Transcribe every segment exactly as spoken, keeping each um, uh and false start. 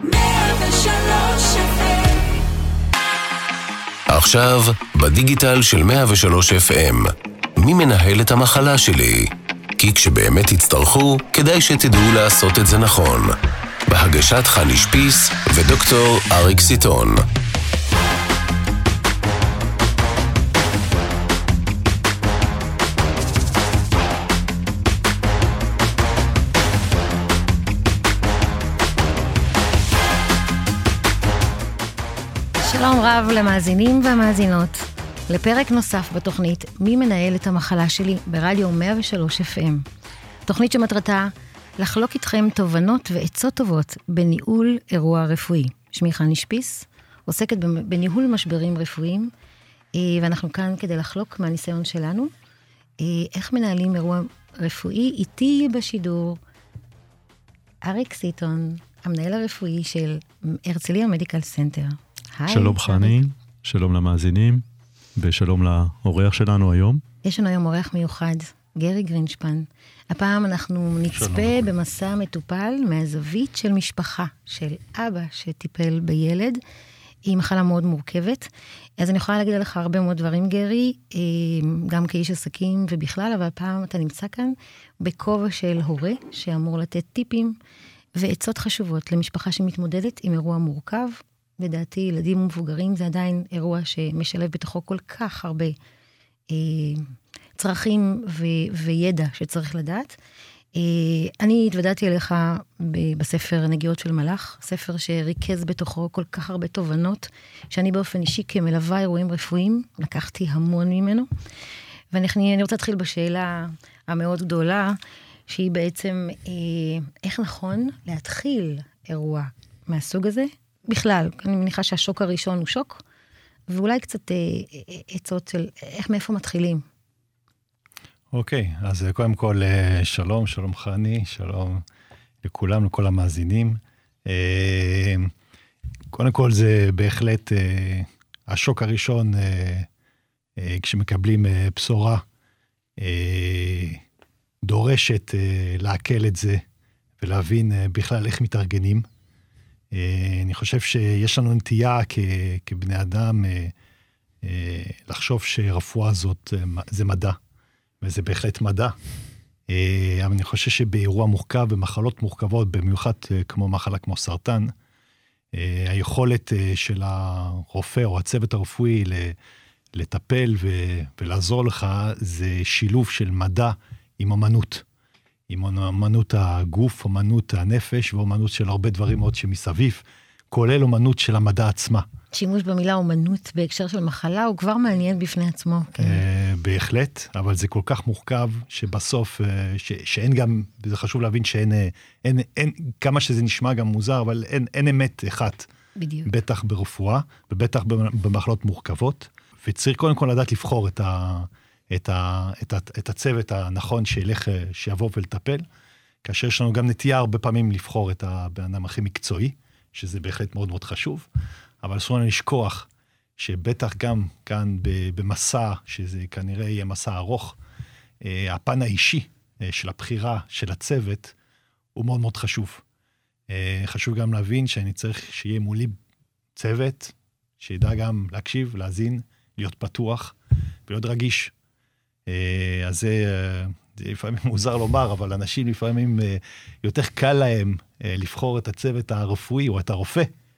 עכשיו, בדיגיטל של מאה ושלוש אף אם. מי מנהל את המחלה שלי? כי כשבאמת תצטרכו, כדאי שתדעו לעשות את זה נכון. בהגשת חני שפיס ודוקטור אריק סיטון. שלום רב למאזינים והמאזינות, לפרק נוסף בתוכנית מי מנהל את המחלה שלי ברדיו מאה ושלוש אף אם. תוכנית שמטרתה לחלוק איתכם תובנות ועצות טובות בניהול אירוע רפואי. שמי חני שפיס, עוסקת בניהול משברים רפואיים, ואנחנו כאן כדי לחלוק מהניסיון שלנו, איך מנהלים אירוע רפואי. איתי בשידור אריק סיטון, המנהל הרפואי של הרצליה מדיקל סנטר. שלום חני, שלום למאזינים, ושלום לאורח שלנו היום. יש לנו היום אורח מיוחד, גרי גרינשפן. הפעם אנחנו נצפה במסע מטופל מהזווית של משפחה, של אבא שטיפל בילד, היא מחלה מאוד מורכבת. אז אני יכולה להגיד לך הרבה מאוד דברים, גרי, גם כאיש עסקים ובכלל, אבל הפעם אתה נמצא כאן בכובע של הורה, שאמור לתת טיפים ועצות חשובות למשפחה שמתמודדת עם אירוע מורכב. לדעתי, ילדים ומבוגרים זה עדיין אירוע שמשלב בתוכו כל כך הרבה אה, צרכים ו- וידע שצריך לדעת. אה, אני התוודעתי אליך ב- בספר נגיעות של מלאך, ספר שריכז בתוכו כל כך הרבה תובנות, שאני באופן אישי כמלווה אירועים רפואיים, לקחתי המון ממנו. ואני רוצה להתחיל בשאלה המאוד גדולה, שהיא בעצם אה, איך נכון להתחיל אירוע מהסוג הזה, בכלל, אני מניחה שהשוק הראשון הוא שוק, ואולי קצת עצות של איך, מאיפה מתחילים. אוקיי, אז קודם כל, שלום, שלום חני, שלום לכולם, לכל המאזינים. קודם כל, זה בהחלט השוק הראשון, כשמקבלים בשורה, דורשת להקל את זה, ולהבין בכלל איך מתארגנים. אני חושב שיש לנו נטייה כ, כבני אדם לחשוב שרפואה הזאת זה מדע, וזה בהחלט מדע. אבל אני חושב שבאירוע מורכב, במחלות מורכבות, במיוחד כמו מחלה כמו סרטן, היכולת של הרופא או הצוות הרפואי לטפל ולעזור לך, זה שילוב של מדע עם אמנות. עם אמנות הגוף, אמנות הנפש, ואמנות של הרבה דברים מאוד שמסביב, כולל אמנות של המדע עצמה. שימוש במילה אמנות בהקשר של מחלה, הוא כבר מעניין בפני עצמו. בהחלט, אבל זה כל כך מורכב, שבסוף, שאין גם, וזה חשוב להבין שאין, כמה שזה נשמע גם מוזר, אבל אין אמת אחת. בדיוק. בטח ברפואה, ובטח במחלות מורכבות, וצריך קודם כל לדעת לבחור את ה... את, ה, את, ה, את הצוות הנכון שילך, שיבוא ולטפל, כאשר יש לנו גם נטייה הרבה פעמים לבחור את הבן אדם הכי מקצועי, שזה בהחלט מאוד מאוד חשוב, אבל אסור לנו לשכוח שבטח גם כאן במסע, שזה כנראה יהיה מסע ארוך, הפן האישי של הבחירה של הצוות הוא מאוד מאוד חשוב. חשוב גם להבין שאני צריך שיהיה מולי צוות, שידע גם להקשיב, להזין, להיות פתוח ולהיות רגיש. אז זה, זה לפעמים מוזר לומר, אבל אנשים לפעמים יותר קל להם לבחור את הצוות הרפואי או את הרופא,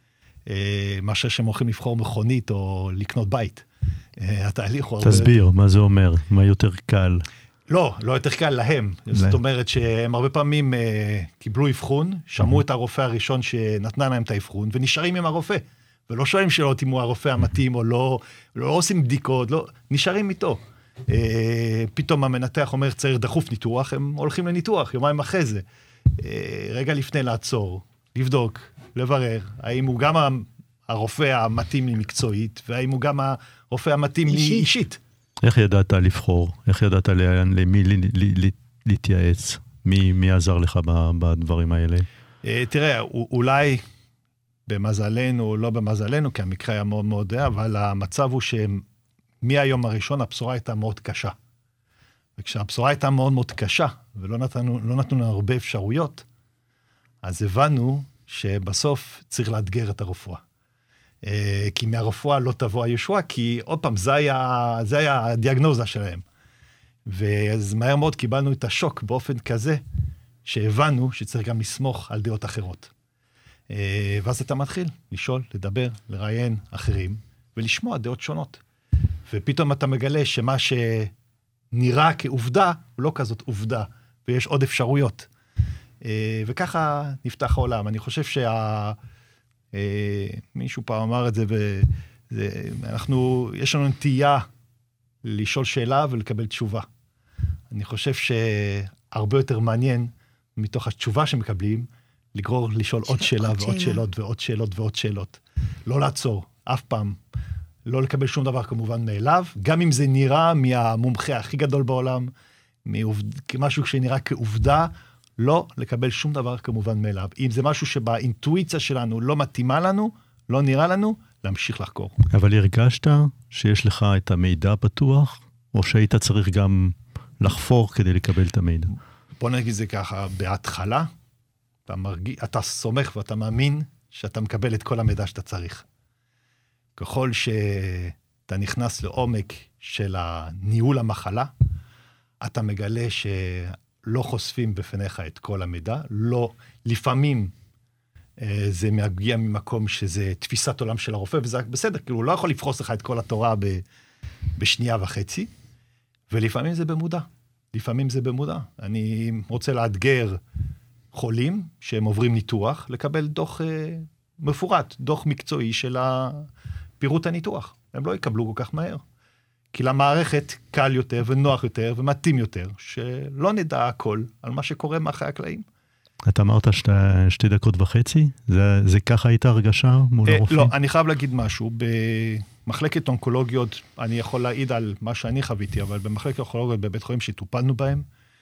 מאשר שהם הולכים לבחור מכונית או לקנות בית. התהליך הוא הרבה... תסביר, מה זה אומר? מה יותר קל? לא, לא יותר קל להם. זאת אומרת שהם הרבה פעמים קיבלו אבחון, שמעו את הרופא הראשון שנתנה להם את האבחון, ונשארים עם הרופא. ולא שואלים שאלות אם הוא הרופא המתאים או לא, לא עושים בדיקות, לא, נשארים איתו. פתאום המנתח אומר צריך דחוף ניתוח, הם הולכים לניתוח, יומיים אחרי זה. רגע לפני לעצור, לבדוק, לברר, האם הוא גם הרופא המתאים לי מקצועית, והאם הוא גם הרופא המתאים לי אישית. איך ידעת לבחור? איך ידעת למי להתייעץ? מי עזר לך בדברים האלה? תראה, אולי במזלנו או לא במזלנו, כי המקרה היה מאוד מאוד דעה, אבל המצב הוא שמהיום הראשון הבשורה הייתה מאוד קשה. וכשהבשורה הייתה מאוד מאוד קשה, ולא נתנו, לא נתנו לנו הרבה אפשרויות, אז הבנו שבסוף צריך לאתגר את הרפואה. כי מהרפואה לא תבוא הישועה, כי עוד פעם, זה היה, זה היה הדיאגנוזה שלהם. ואז מהר מאוד קיבלנו את השוק באופן כזה, שהבנו שצריך גם לסמוך על דעות אחרות. ואז אתה מתחיל לשאול, לדבר, לראיין אחרים, ולשמוע דעות שונות. ופתאום אתה מגלה שמה שנראה כעובדה, הוא לא כזאת עובדה, ויש עוד אפשרויות. וככה נפתח העולם. אני חושב שה... מישהו פעם אמר את זה, ואנחנו, יש לנו נטייה לשאול שאלה ולקבל תשובה. אני חושב שהרבה יותר מעניין, מתוך התשובה שמקבלים, לגרור לשאול עוד שאלה ועוד שאלות ועוד שאלות ועוד שאלות. לא לעצור, אף פעם. לא לקבל שום דבר כמובן מאליו, גם אם זה נראה מהמומחה הכי גדול בעולם, משהו שנראה כעובדה, לא לקבל שום דבר כמובן מאליו. אם זה משהו שבאינטואיציה שלנו לא מתאימה לנו, לא נראה לנו, להמשיך לחקור. אבל הרגשת שיש לך את המידע פתוח, או שהיית צריך גם לחפור כדי לקבל את המידע? בוא נגיד זה ככה, בהתחלה, אתה, מרגיש, אתה סומך ואתה מאמין שאתה מקבל את כל המידע שאתה צריך. ככל שאתה נכנס לעומק של ניהול המחלה, אתה מגלה שלא חושפים בפניך את כל המידע, לא, לפעמים אה, זה מגיע ממקום שזה תפיסת עולם של הרופא, וזה בסדר, כאילו הוא לא יכול לפחוס לך את כל התורה ב, בשנייה וחצי, ולפעמים זה במודע, לפעמים זה במודע. אני רוצה לאתגר חולים שהם עוברים ניתוח, לקבל דוח אה, מפורט, דוח מקצועי של פירוט הניתוח. הם לא יקבלו כל כך מהר. כי למערכת קל יותר ונוח יותר ומתאים יותר, שלא נדע הכל על מה שקורה מאחורי הקלעים. אתה אמרת שתי, שתי דקות וחצי? זה, זה ככה הייתה הרגשה מול הרופאים? לא, אני חייב להגיד משהו. במחלקת אונקולוגיות, אני יכול להעיד על מה שאני חוויתי, אבל במחלקת אונקולוגיות בבית חולים שטופלנו בהם,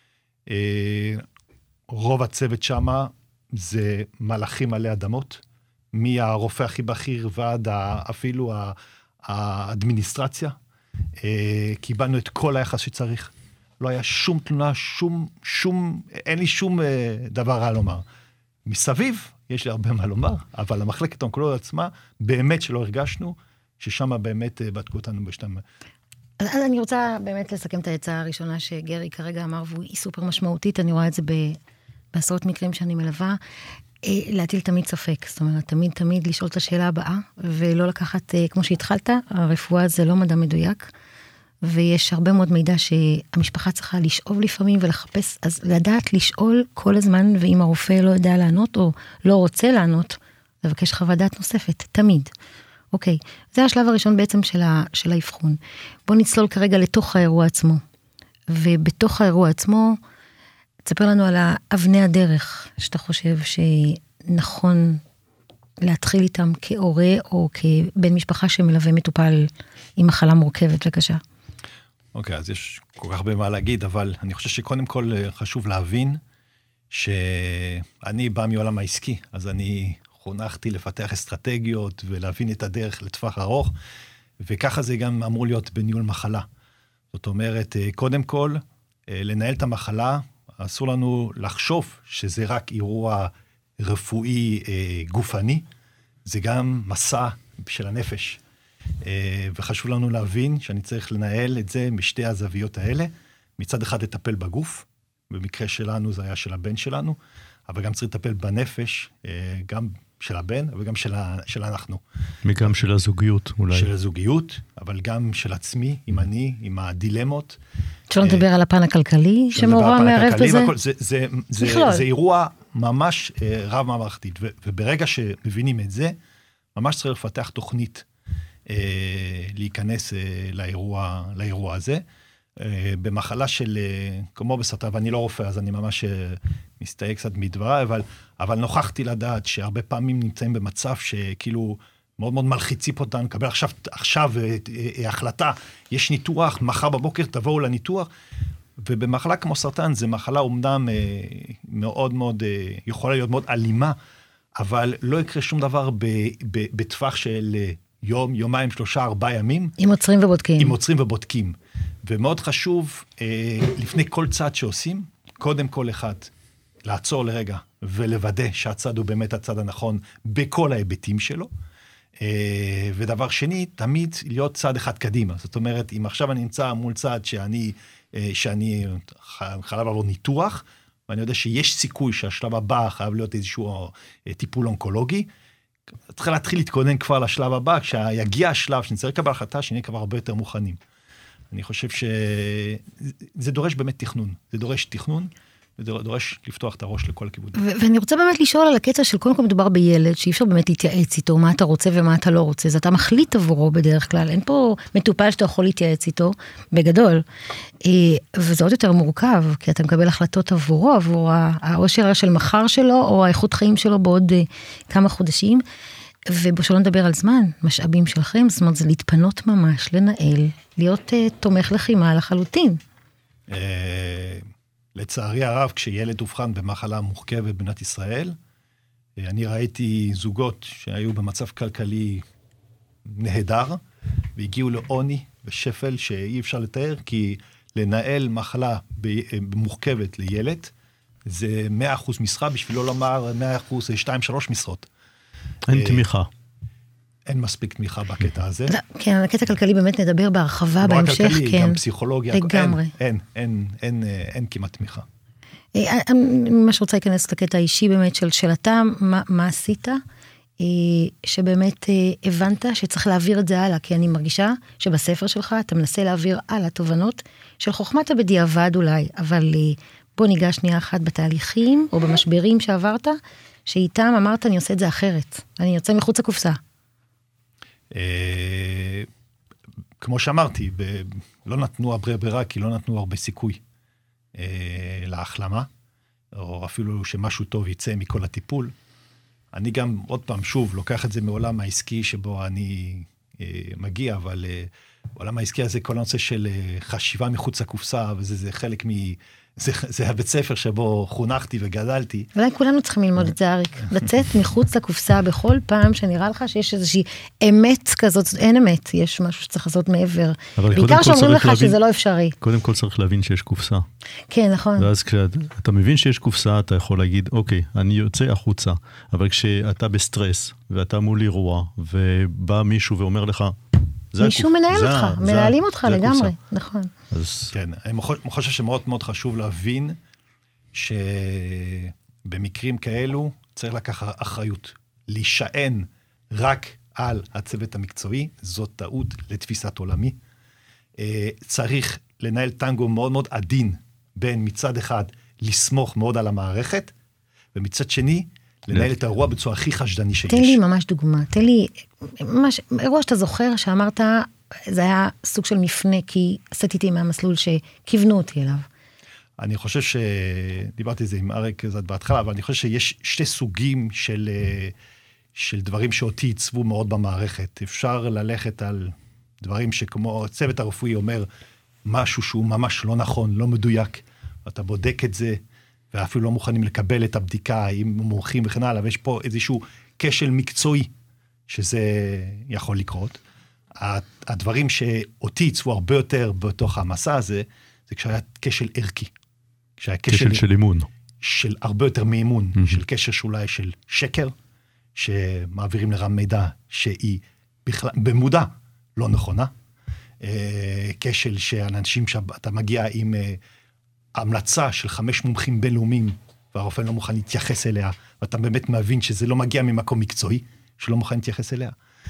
רוב הצוות שמה זה מלאכים עלי אדמות, מהרופא הכי בכיר ועד אפילו האדמיניסטרציה. קיבלנו את כל היחס שצריך. לא היה שום תלונה, שום, שום, אין לי שום דבר רע לומר. מסביב יש לי הרבה מה לומר, אבל המחלקת האונקולוגיה עצמה, באמת שלא הרגשנו, ששם באמת בדקו אותנו בשתם. אז אני רוצה באמת לסכם את ההצעה הראשונה שגרי כרגע אמר, והיא סופר משמעותית, אני רואה את זה בעשרות מקרים שאני מלווה, להטיל תמיד ספק, זאת אומרת, תמיד תמיד לשאול את השאלה הבאה, ולא לקחת, כמו שהתחלת, הרפואה זה לא מדע מדויק, ויש הרבה מאוד מידע שהמשפחה צריכה לשאוב לפעמים ולחפש, אז לדעת לשאול כל הזמן, ואם הרופא לא יודע לענות, או לא רוצה לענות, לבקש חוות דעת נוספת, תמיד. אוקיי, זה השלב הראשון בעצם של, ה, של האבחון. בוא נצלול כרגע לתוך האירוע עצמו, ובתוך האירוע עצמו, תספר לנו על אבני הדרך, שאתה חושב שנכון להתחיל איתם כהורה, או כבן משפחה שמלווה מטופל עם מחלה מורכבת וקשה. אוקיי, אז יש כל כך הרבה מה להגיד, אבל אני חושב שקודם כל חשוב להבין, שאני בא מעולם העסקי, אז אני חונכתי לפתח אסטרטגיות, ולהבין את הדרך לטווח ארוך, וככה זה גם אמור להיות בניהול מחלה. זאת אומרת, קודם כל, לנהל את המחלה, אסור לנו לחשוב שזה רק אירוע רפואי אה, גופני, זה גם מסע של הנפש. אה, וחשוב לנו להבין שאני צריך לנהל את זה משתי הזוויות האלה, מצד אחד לטפל בגוף, במקרה שלנו זה היה של הבן שלנו, אבל גם צריך לטפל בנפש, אה, גם של הבן וגם של, ה, של אנחנו. וגם של הזוגיות אולי. של הזוגיות, אבל גם של עצמי, עם אני, עם הדילמות. שלא נדבר על הפן הכלכלי, שמעורב מערב בזה. זה, זה, זה, זה אירוע ממש רב מערכתית, וברגע שמבינים את זה, ממש צריך לפתח תוכנית להיכנס לאירוע, לאירוע הזה. במחלה של, כמו בסרטן, ואני לא רופא, אז אני ממש מסתייג קצת מדבריי, אבל, אבל נוכחתי לדעת שהרבה פעמים נמצאים במצב שכאילו מאוד מאוד מלחיצים אותנו, קבל עכשיו, עכשיו החלטה, יש ניתוח, מחר בבוקר תבואו לניתוח, ובמחלה כמו סרטן, זה מחלה אומנם מאוד מאוד, יכולה להיות מאוד אלימה, אבל לא יקרה שום דבר ב, ב, בטווח של יום, יומיים, שלושה, ארבעה ימים. אם עוצרים ובודקים. אם עוצרים ובודקים. ומאוד חשוב, לפני כל צעד שעושים, קודם כל אחד, לעצור לרגע ולוודא שהצד הוא באמת הצד הנכון בכל ההיבטים שלו. ודבר שני, תמיד להיות צד אחד קדימה. זאת אומרת, אם עכשיו אני נמצא מול צד שאני, שאני חייב לעבור ניתוח, ואני יודע שיש סיכוי שהשלב הבא חייב להיות איזשהו טיפול אונקולוגי, צריך להתחיל להתכונן כבר לשלב הבא, כשיגיע השלב שנצטרך לקבל החלטה, שנהיה כבר הרבה יותר מוכנים. אני חושב שזה דורש באמת תכנון. זה דורש תכנון, ודורש לפתוח את הראש לכל הכיוונים. ואני רוצה באמת לשאול על הקטע של קודם כל מדובר בילד, שאי אפשר באמת להתייעץ איתו, מה אתה רוצה ומה אתה לא רוצה, אז אתה מחליט עבורו בדרך כלל, אין פה מטופל שאתה יכול להתייעץ איתו, בגדול, וזה עוד יותר מורכב, כי אתה מקבל החלטות עבורו, עבור האושר של מחר שלו, או האיכות חיים שלו בעוד כמה חודשים, ובשביל לא נדבר על זמן, משאבים שלכם, זאת אומרת, זה להתפנות ממש, לנהל, להיות תומך לחימה לחלוטין. לצערי הרב, כשילד הובחן במחלה מורכבת במדינת ישראל, אני ראיתי זוגות שהיו במצב כלכלי נהדר, והגיעו לעוני ושפל שאי אפשר לתאר, כי לנהל מחלה מורכבת לילד, זה מאה אחוז משרה, בשביל לא לומר מאה אחוז, שתיים שלוש משרות. אין תמיכה. אין מספיק תמיכה בקטע הזה. כן, הקטע הכלכלי באמת נדבר בהרחבה בהמשך, כן. לא הכלכלי, גם פסיכולוגיה. לגמרי. אין, אין, אין, אין כמעט תמיכה. אני ממש רוצה להיכנס לקטע האישי באמת של שאלתם, מה עשית? שבאמת הבנת שצריך להעביר את זה הלאה, כי אני מרגישה שבספר שלך אתה מנסה להעביר הלאה תובנות של חוכמת הבדיעבד אולי, אבל בוא ניגע שנייה אחת בתהליכים או במשברים שעברת, שאיתם אמרת אני עושה את זה אחרת, אני יוצא מחוץ לקופסה. כמו שאמרתי, לא נתנו הרבה ברירה, כי לא נתנו הרבה סיכוי להחלמה, או אפילו שמשהו טוב יצא מכל הטיפול. אני גם, עוד פעם, שוב, לוקח את זה מעולם העסקי שבו אני מגיע, אבל העולם העסקי הזה, כל הנושא של חשיבה מחוץ לקופסה, וזה זה חלק מ... זה, זה הבית ספר שבו חונכתי וגדלתי. אולי כולנו צריכים ללמוד את זה, אריק. לצאת מחוץ לקופסה בכל פעם שנראה לך שיש איזושהי אמת כזאת, אין אמת, יש משהו שצריך לעשות מעבר. בעיקר שאומרים לך להבין, שזה לא אפשרי. קודם כל צריך להבין שיש קופסה. כן, נכון. ואז כשאתה מבין שיש קופסה, אתה יכול להגיד, אוקיי, אני יוצא החוצה, אבל כשאתה בסטרס, ואתה מול אירוע, ובא מישהו ואומר לך, מישהו מנהל אותך, מנהלים אותך לגמרי, נכון. כן, אני חושב שמאוד מאוד חשוב להבין שבמקרים כאלו צריך לקחת אחריות. להישען רק על הצוות המקצועי, זאת טעות לתפיסת עולמי. צריך לנהל טנגו מאוד מאוד עדין, בין מצד אחד לסמוך מאוד על המערכת, ומצד שני לנהל את האירוע בצורה הכי חשדני שיש. תן לי ממש דוגמה, תן לי, ממש, אירוע שאתה זוכר שאמרת, זה היה סוג של מפנה, כי עשיתי איתי מהמסלול שכיוונו אותי אליו. אני חושב שדיברתי את זה עם אריק קצת בהתחלה, אבל אני חושב שיש שתי סוגים של, של דברים שאותי עיצבו מאוד במערכת. אפשר ללכת על דברים שכמו הצוות הרפואי אומר, משהו שהוא ממש לא נכון, לא מדויק, ואתה בודק את זה, ואפילו לא מוכנים לקבל את הבדיקה עם מומחים וכן הלאה, ויש פה איזשהו כשל מקצועי שזה יכול לקרות. הדברים שאותי יצאו הרבה יותר בתוך המסע הזה, זה כשהיה כשל ערכי. כשהיה כשל של אימון. של הרבה יותר מאימון, mm-hmm. של קשר שאולי של שקר, שמעבירים לרם מידע שהיא בכלל, במודע לא נכונה. כשל שאנשים שאתה מגיע עם המלצה של חמש מומחים בינלאומיים, והרופא לא מוכן להתייחס אליה, ואתה באמת מבין שזה לא מגיע ממקום מקצועי, שלא מוכן להתייחס אליה.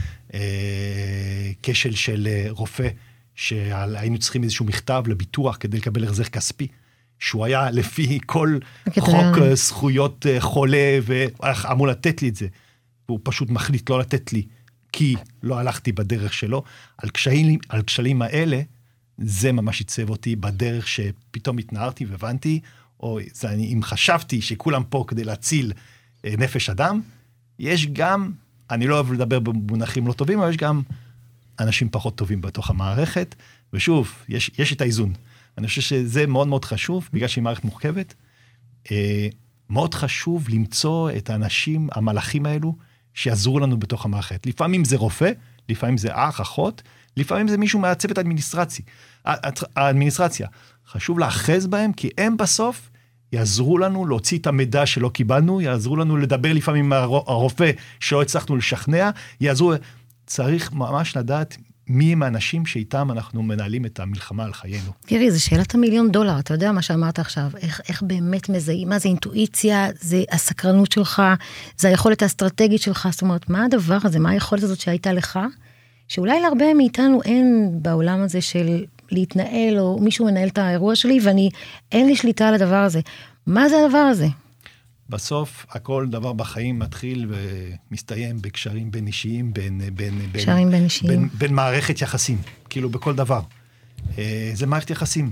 כשל של רופא, שהיינו צריכים איזשהו מכתב לביטוח כדי לקבל החזר כספי, שהוא היה לפי כל חוק זכויות חולה, ואמור לתת לי את זה, והוא פשוט מחליט לא לתת לי, כי לא הלכתי בדרך שלו. על קשיים, על קשלים האלה, זה ממש עיצב אותי בדרך שפתאום התנערתי והבנתי, או זה, אני, אם חשבתי שכולם פה כדי להציל אה, נפש אדם, יש גם, אני לא אוהב לדבר במונחים לא טובים, אבל יש גם אנשים פחות טובים בתוך המערכת, ושוב, יש, יש את האיזון. אני חושב שזה מאוד מאוד חשוב, בגלל שהיא מערכת מורכבת, אה, מאוד חשוב למצוא את האנשים, המלאכים האלו, שיעזרו לנו בתוך המערכת. לפעמים זה רופא, לפעמים זה אח, אחות, לפעמים זה מישהו מהצוות האדמיניסטרציה. האדמיניסטרציה. חשוב לאחז בהם, כי הם בסוף יעזרו לנו להוציא את המידע שלא קיבלנו, יעזרו לנו לדבר לפעמים עם הרופא שלא הצלחנו לשכנע, יעזרו, צריך ממש לדעת מי הם האנשים שאיתם אנחנו מנהלים את המלחמה על חיינו. גרי, זה שאלת המיליון דולר, אתה יודע מה שאמרת עכשיו, איך, איך באמת מזהים, מה זה אינטואיציה, זה הסקרנות שלך, זה היכולת האסטרטגית שלך, זאת אומרת, מה הדבר הזה, מה היכולת הזאת שהייתה לך, שאולי להרבה מאיתנו אין בעולם הזה של להתנהל, או מישהו מנהל את האירוע שלי, ואני, אין לי שליטה על הדבר הזה. מה זה הדבר הזה? בסוף, הכל דבר בחיים מתחיל ומסתיים בקשרים בין אישיים, בין, בין, קשרים בין אישיים. בין, בין מערכת יחסים, כאילו בכל דבר. זה מערכת יחסים.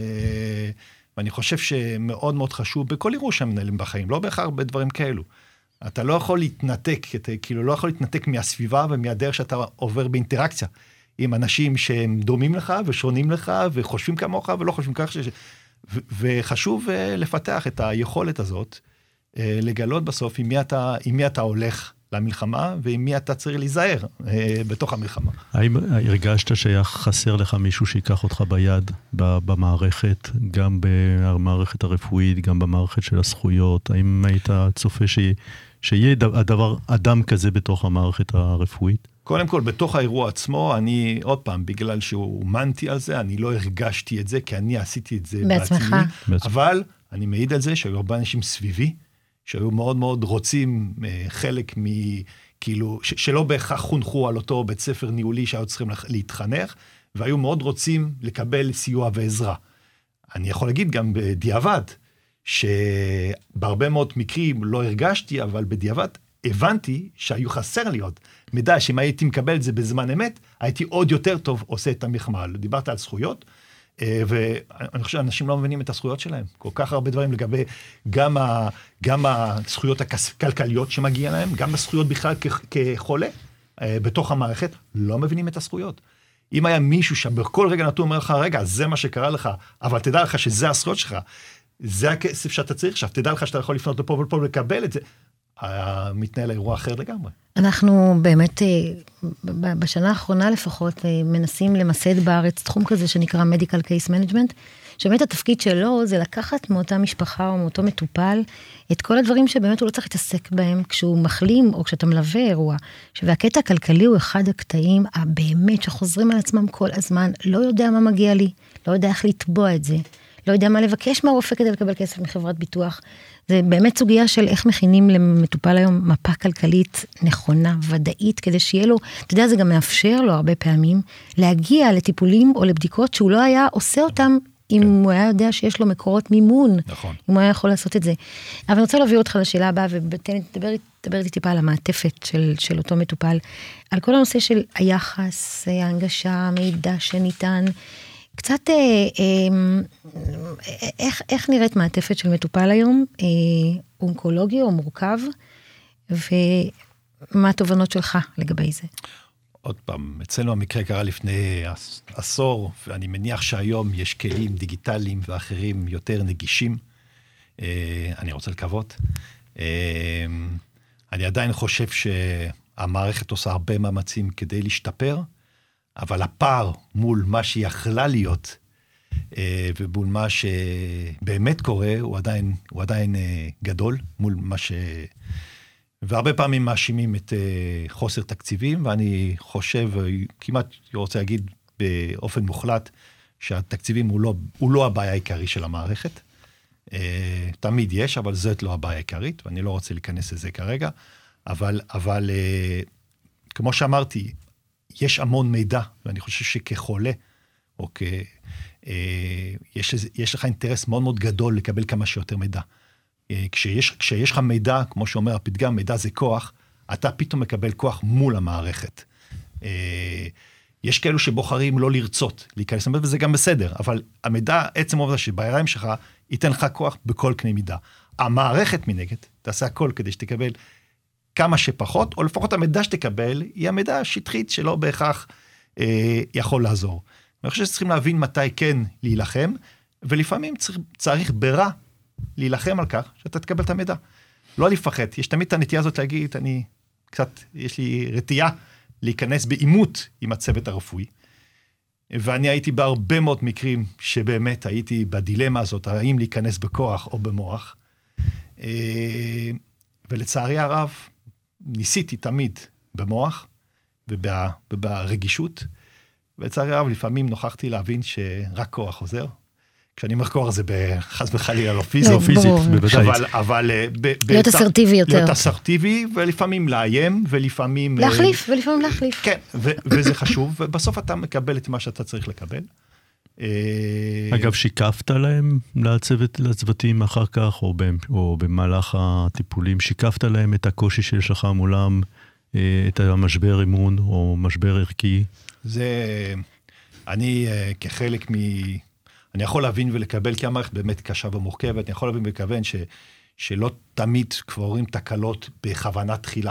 ואני חושב שמאוד מאוד חשוב, בכל אירוע שמנהלים בחיים, לא בהכרח בדברים כאלו. אתה לא יכול להתנתק, אתה כאילו לא יכול להתנתק מהסביבה ומהדרך שאתה עובר באינטראקציה, עם אנשים שהם דומים לך ושונים לך, וחושבים כמוך ולא חושבים כך, ש... ו- וחשוב לפתח את היכולת הזאת, לגלות בסוף עם מי אתה, עם מי אתה הולך למלחמה, ועם מי אתה צריך להיזהר בתוך המלחמה. האם הרגשת שהיה חסר לך מישהו שיקח אותך ביד במערכת, גם במערכת הרפואית, גם במערכת של הזכויות? האם היית צופה ש... שיהיה הדבר, אדם כזה בתוך המערכת הרפואית? קודם כל, בתוך האירוע עצמו, אני, עוד פעם, בגלל שהוא אומנתי על זה, אני לא הרגשתי את זה, כי אני עשיתי את זה בעצמך. בעצמי, אבל אני מעיד על זה שהיו הרבה אנשים סביבי, שהיו מאוד מאוד רוצים חלק מ... כאילו, ש- שלא בהכרח חונכו על אותו בית ספר ניהולי שהיו צריכים להתחנך, והיו מאוד רוצים לקבל סיוע ועזרה. אני יכול להגיד גם בדיעבד, שבהרבה מאוד מקרים לא הרגשתי, אבל בדיעבד הבנתי שהיו חסר לי עוד מידע, שאם הייתי מקבל את זה בזמן אמת, הייתי עוד יותר טוב עושה את המחמל. דיברת על זכויות, ואני חושב שאנשים לא מבינים את הזכויות שלהם. כל כך הרבה דברים לגבי גם, ה, גם הזכויות הכלכליות שמגיע להם, גם הזכויות בכלל כ, כחולה בתוך המערכת, לא מבינים את הזכויות. אם היה מישהו שבכל רגע נתון אומר לך, רגע, זה מה שקרה לך, אבל תדע לך שזה הזכויות שלך, זה הכסף שאתה צריך עכשיו, תדע לך שאתה יכול לפנות לפה ולפה ולקבל את זה, מתנהל האירוע אחר לגמרי. אנחנו באמת, בשנה האחרונה לפחות, מנסים למסד בארץ תחום כזה שנקרא Medical Case Management, שבאמת התפקיד שלו זה לקחת מאותה משפחה או מאותו מטופל, את כל הדברים שבאמת הוא לא צריך להתעסק בהם, כשהוא מחלים או כשאתה מלווה אירוע, והקטע הכלכלי הוא אחד הקטעים הבאמת שחוזרים על עצמם כל הזמן, לא יודע מה מגיע לי, לא יודע איך לתבוע את זה, לא יודע מה לבקש מהרופא כדי לקבל כסף מחברת ביטוח. זה באמת סוגיה של איך מכינים למטופל היום מפה כלכלית נכונה, ודאית, כדי שיהיה לו, אתה יודע, זה גם מאפשר לו הרבה פעמים, להגיע לטיפולים או לבדיקות שהוא לא היה עושה אותם, אם כן. הוא היה יודע שיש לו מקורות מימון, נכון. אם הוא היה יכול לעשות את זה. אבל אני רוצה להביא אותך לשאלה הבאה, ותדבר איתי טיפה על המעטפת של, של אותו מטופל, על כל הנושא של היחס, ההנגשה, המידע שניתן, קצת אה, אה, איך, איך נראית מעטפת של מטופל היום, אה, אונקולוגי או מורכב, ומה התובנות שלך לגבי זה? עוד פעם, אצלנו המקרה קרה לפני עשור, ואני מניח שהיום יש כלים דיגיטליים ואחרים יותר נגישים, אה, אני רוצה לקוות. אה, אני עדיין חושב שהמערכת עושה הרבה מאמצים כדי להשתפר, אבל הפער מול מה שיכלה להיות, ומול מה שבאמת קורה, הוא עדיין, הוא עדיין גדול, מול מה ש... והרבה פעמים מאשימים את חוסר תקציבים, ואני חושב, כמעט רוצה להגיד באופן מוחלט, שהתקציבים הוא לא, הוא לא הבעיה העיקרית של המערכת. תמיד יש, אבל זאת לא הבעיה העיקרית, ואני לא רוצה להיכנס לזה כרגע, אבל, אבל כמו שאמרתי, יש המון מידע, ואני חושב שכחולה, או כ... יש, יש לך אינטרס מאוד מאוד גדול לקבל כמה שיותר מידע. כשיש, כשיש לך מידע, כמו שאומר הפתגם, מידע זה כוח, אתה פתאום מקבל כוח מול המערכת. יש כאלו שבוחרים לא לרצות להיכנס, וזה גם בסדר, אבל המידע, עצם העובדה שבידיים שלך, ייתן לך כוח בכל קנה מידה. המערכת מנגד, תעשה הכל כדי שתקבל כמה שפחות, או לפחות המידע שתקבל, היא המידע השטחית שלא בהכרח אה, יכול לעזור. אני חושב שצריכים להבין מתי כן להילחם, ולפעמים צריך, צריך ברע להילחם על כך שאתה תקבל את המידע. לא לפחד, יש תמיד את הנטייה הזאת להגיד, אני קצת, יש לי רתיעה להיכנס באימות עם הצוות הרפואי. ואני הייתי בהרבה מאוד מקרים שבאמת הייתי בדילמה הזאת, האם להיכנס בכוח או במוח. ולצערי הרב, ניסיתי תמיד במוח וברגישות, ולצערי הרב לפעמים נוכחתי להבין שרק כוח עוזר. כשאני אומר כוח זה בחס וחלילה לא פיזית, לא פיזית, בוודאי. אבל... להיות אסרטיבי יותר. להיות אסרטיבי, ולפעמים לאיים, ולפעמים... להחליף, ולפעמים להחליף. כן, וזה חשוב, ובסוף אתה מקבל את מה שאתה צריך לקבל. אגב, שיקפת להם לצוותים אחר כך, או במהלך הטיפולים, שיקפת להם את הקושי שיש לך מולם, את המשבר אימון, או משבר ערכי? זה... אני כחלק מ... אני יכול להבין ולקבל, כי המערכת באמת קשה ומורכבת, אני יכול להבין ולכוון ש, שלא תמיד קורים תקלות בכוונה תחילה.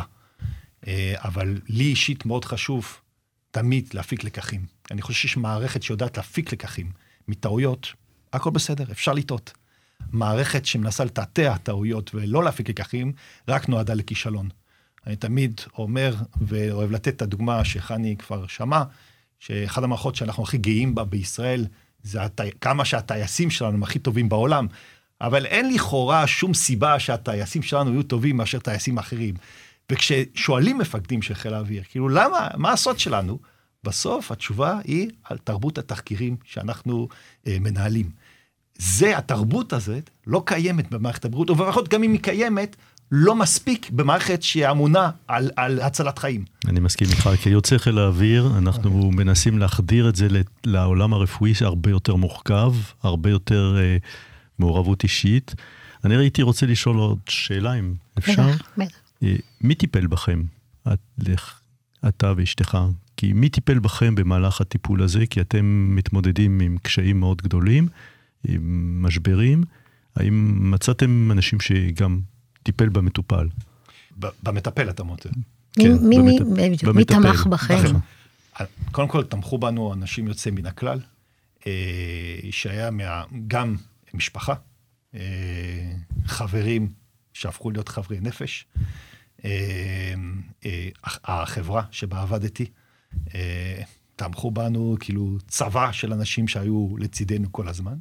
אבל לי אישית מאוד חשוב תמיד להפיק לקחים. אני חושב שיש מערכת שיודעת להפיק לקחים מטעויות, הכל בסדר, אפשר לטעות. מערכת שמנסה לתעתע טעויות ולא להפיק לקחים, רק נועדה לכישלון. אני תמיד אומר, ואוהב לתת את הדוגמה שחני כבר שמע, שאחד המערכות שאנחנו הכי גאים בה בישראל, זה הטי... כמה שהטייסים שלנו הם הכי טובים בעולם, אבל אין לכאורה שום סיבה שהטייסים שלנו יהיו טובים מאשר טייסים אחרים. וכששואלים מפקדים של חיל האוויר, כאילו למה, מה הסוד שלנו? בסוף התשובה היא על תרבות התחקירים שאנחנו אה, מנהלים. זה, התרבות הזאת לא קיימת במערכת הבריאות, ובפחות גם אם היא קיימת, לא מספיק במערכת שאמונה על, על הצלת חיים. אני מסכים איתך, כיוצא חיל האוויר, אנחנו מנסים להחדיר את זה לעולם הרפואי שהרבה יותר מורכב, הרבה יותר אה, מעורבות אישית. אני הייתי רוצה לשאול עוד שאלה, אם אפשר. אה, מי טיפל בכם? את, לך, אתה ואשתך. כי מי טיפל בכם במהלך הטיפול הזה? כי אתם מתמודדים עם קשיים מאוד גדולים, עם משברים. האם מצאתם אנשים שגם טיפל במטופל? במטפל אתה מוטה. מי תמך בכם? קודם כל, תמכו בנו אנשים יוצא מן הכלל, שהיה גם משפחה, חברים שהפכו להיות חברי נפש, החברה שבה עבדתי, תמכו בנו כאילו צבא של אנשים שהיו לצידנו כל הזמן,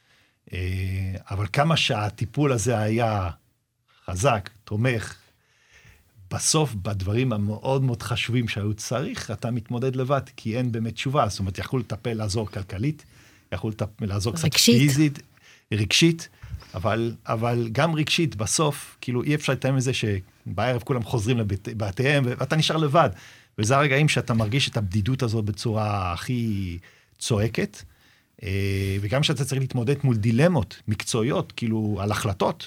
אבל כמה שהטיפול הזה היה חזק, תומך, בסוף בדברים המאוד מאוד חשובים שהיו צריך, אתה מתמודד לבד, כי אין באמת תשובה. זאת אומרת, יכולו לטפל, לעזור כלכלית, יכולו לטפל, לעזור קצת פיזית, רגשית, אבל, אבל גם רגשית, בסוף, כאילו אי אפשר לתאם מזה שבערב כולם חוזרים לבתיהם, ואתה נשאר לבד. וזה הרגעים שאתה מרגיש את הבדידות הזאת בצורה הכי צועקת, וגם שאתה צריך להתמודד מול דילמות מקצועיות, כאילו על החלטות,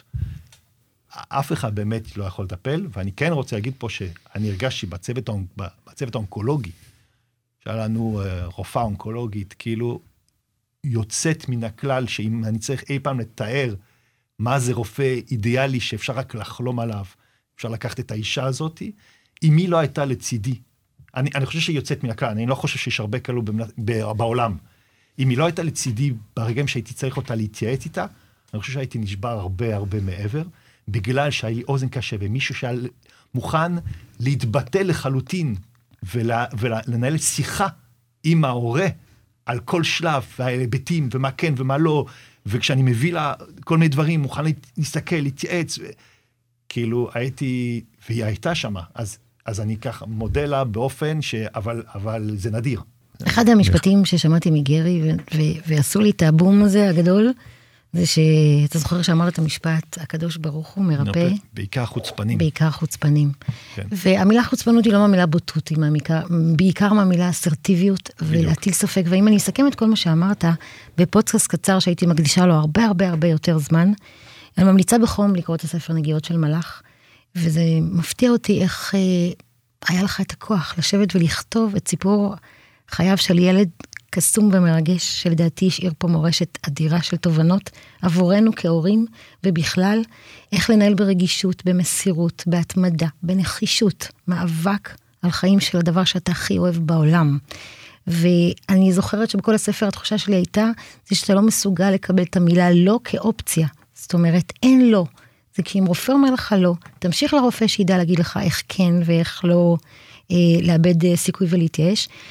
אף אחד באמת לא יכול לטפל, ואני כן רוצה להגיד פה שאני הרגשתי בצוות, בצוות האונקולוגי, שהיה לנו רופאה אונקולוגית, כאילו יוצאת מן הכלל, שאם אני צריך אי פעם לתאר מה זה רופא אידיאלי, שאפשר רק לחלום עליו, אפשר לקחת את האישה הזאת, אם היא לא הייתה לצידי, אני, אני חושב שהיא יוצאת מן הכלל, אני לא חושב שיש הרבה כאלו בעולם, אם היא לא הייתה לצידי ברגעים שהייתי צריך אותה להתייעץ איתה, אני חושב שהייתי נשבר הרבה הרבה מעבר, בגלל שהיה לי אוזן קשה, ומישהו שהיה מוכן להתבטא לחלוטין, ולה, ולנהל שיחה עם ההורה, על כל שלב, וההיבטים, ומה כן ומה לא, וכשאני מביא לה כל מיני דברים, מוכן להסתכל, להתייעץ, ו... כאילו הייתי, והיא הייתה שמה, אז, אז אני ככה מודה לה באופן ש... אבל, אבל זה נדיר. אחד המשפטים ששמעתי מגרי, ו- ו- ועשו לי את הבום הזה הגדול, זה שאתה זוכר שאמר את המשפט, הקדוש ברוך הוא מרפא. בעיקר חוצפנים. בעיקר חוצפנים. כן. והמילה חוצפנות היא לא מהמילה בוטות, היא מהמיקה, בעיקר מהמילה אסרטיביות, ולהטיל ספק. ואם אני אסכם את כל מה שאמרת, בפודקאסט קצר שהייתי מקדישה לו הרבה הרבה הרבה יותר זמן, אני ממליצה בחום לקרוא את הספר נגיעות של מלאך, וזה מפתיע אותי איך אה, היה לך את הכוח לשבת ולכתוב את סיפור חייו של ילד קסום ומרגש, שלדעתי השאיר פה מורשת אדירה של תובנות עבורנו כהורים, ובכלל, איך לנהל ברגישות, במסירות, בהתמדה, בנחישות, מאבק על חיים של הדבר שאתה הכי אוהב בעולם. ואני זוכרת שבכל הספר התחושה שלי הייתה, זה שאתה לא מסוגל לקבל את המילה לא כאופציה. זאת אומרת, אין לא. זה כשאם רופא אומר לך לא, תמשיך לרופא שידע להגיד לך איך כן ואיך לא אה, לאבד סיכוי ולהתייאש.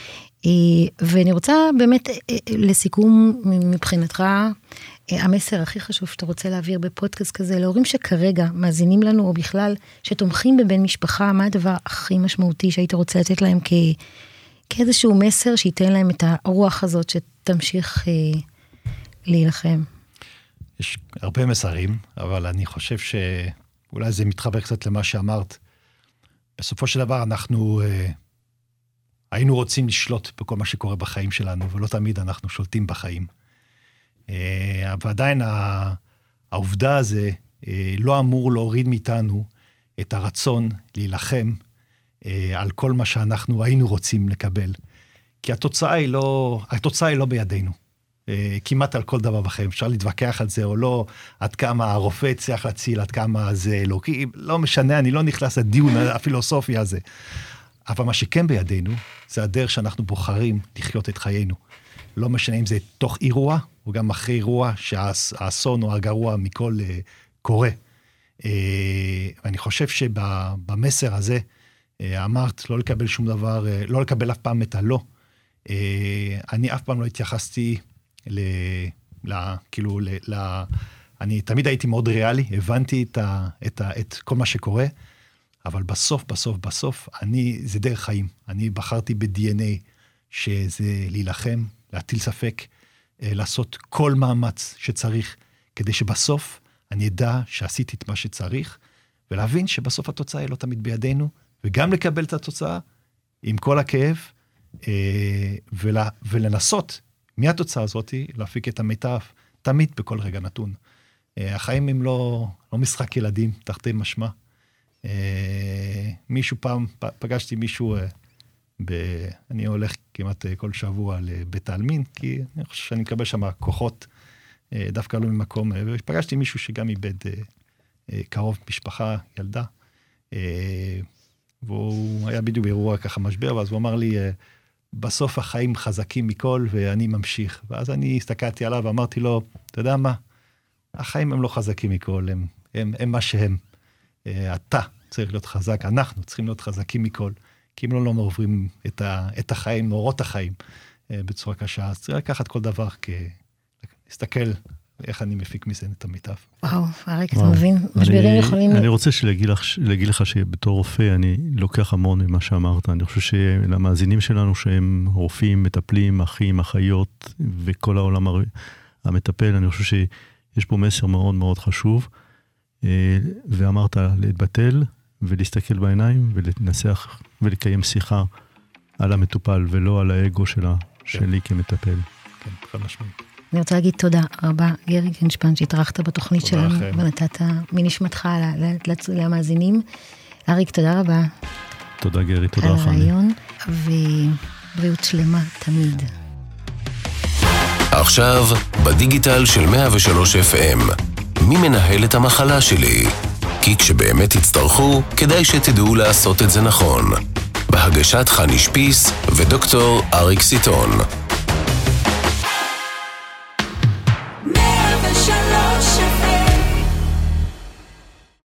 ואני רוצה באמת, לסיכום מבחינתך, המסר הכי חשוב שאתה רוצה להעביר בפודקאסט כזה, להורים שכרגע מאזינים לנו, או בכלל שתומכים בבן משפחה, מה הדבר הכי משמעותי שהיית רוצה לתת להם כ... כאיזשהו מסר שייתן להם את הרוח הזאת שתמשיך אה, להילחם? יש הרבה מסרים, אבל אני חושב שאולי זה מתחבר קצת למה שאמרת. בסופו של דבר אנחנו אה, היינו רוצים לשלוט בכל מה שקורה בחיים שלנו, ולא תמיד אנחנו שולטים בחיים. אה, אבל עדיין העובדה הזה אה, לא אמור להוריד מאיתנו את הרצון להילחם על כל מה שאנחנו היינו רוצים לקבל. כי התוצאה היא לא, התוצאה היא לא בידינו. כמעט על כל דבר בחיים. אפשר להתווכח על זה או לא, עד כמה הרופא צריך להציל, עד כמה זה אלוקי, לא משנה, אני לא נכנס לדיון הפילוסופי הזה. אבל מה שכן בידינו, זה הדרך שאנחנו בוחרים לחיות את חיינו. לא משנה אם זה תוך אירוע, או גם אחרי אירוע שהאסון או הגרוע מכל קורה. ואני חושב שבמסר הזה, אמרת, לא לקבל שום דבר, לא לקבל אף פעם את הלא. אני אף פעם לא התייחסתי ל... ל... כאילו, ל... ל... אני תמיד הייתי מאוד ריאלי, הבנתי את, ה... את, ה... את כל מה שקורה, אבל בסוף, בסוף, בסוף, אני, זה דרך חיים. אני בחרתי ב-די אן איי שזה להילחם, להטיל ספק, לעשות כל מאמץ שצריך, כדי שבסוף אני אדע שעשיתי את מה שצריך, ולהבין שבסוף התוצאה היא לא תמיד בידינו, וגם לקבל את התוצאה עם כל הכאב, ולנסות מהתוצאה הזאת להפיק את המיטב, תמיד בכל רגע נתון. החיים הם לא, לא משחק ילדים, תחתי משמע. מישהו פעם, פגשתי מישהו, ב, אני הולך כמעט כל שבוע לבית העלמין, כי אני חושב שאני מקבל שם כוחות, דווקא לא ממקום, ופגשתי מישהו שגם איבד קרוב משפחה, ילדה, והוא היה בדיוק באירוע ככה משבר, ואז הוא אמר לי, בסוף החיים חזקים מכל, ואני ממשיך. ואז אני הסתכלתי עליו ואמרתי לו, אתה יודע מה? החיים הם לא חזקים מכל, הם, הם, הם מה שהם. אתה צריך להיות חזק, אנחנו צריכים להיות חזקים מכל, כי אם לא, לא עוברים את, ה, את החיים, נורות החיים, בצורה קשה. אז צריך לקחת כל דבר, להסתכל איך אני מפיק מזה את המיטב. וואו, אריק, אתה מבין? משברים יכולים... אני רוצה להגיד לך שבתור רופא, אני לוקח המון ממה שאמרת. אני חושב שלמאזינים שלנו, שהם רופאים, מטפלים, אחים, אחיות, וכל העולם המטפל, אני חושב שיש פה מסר מאוד מאוד חשוב. ואמרת להתבטל, ולהסתכל בעיניים, ולנסח, ולקיים שיחה על המטופל, ולא על האגו שלה, שלי כמטפל. כן, חד משמעית. אני רוצה להגיד תודה רבה, גרי גרינשפן, שהתארחת בתוכנית שלנו, ונתת מנשמתך למאזינים. אריק, תודה רבה. תודה גרי, תודה לך. על הרעיון, ובריאות שלמה תמיד. עכשיו, בדיגיטל של מאה ושלוש אף אם, מי מנהל את המחלה שלי? כי כשבאמת תצטרכו, כדאי שתדעו לעשות את זה נכון. בהגשת חני שפיס ודוקטור אריק סיטון.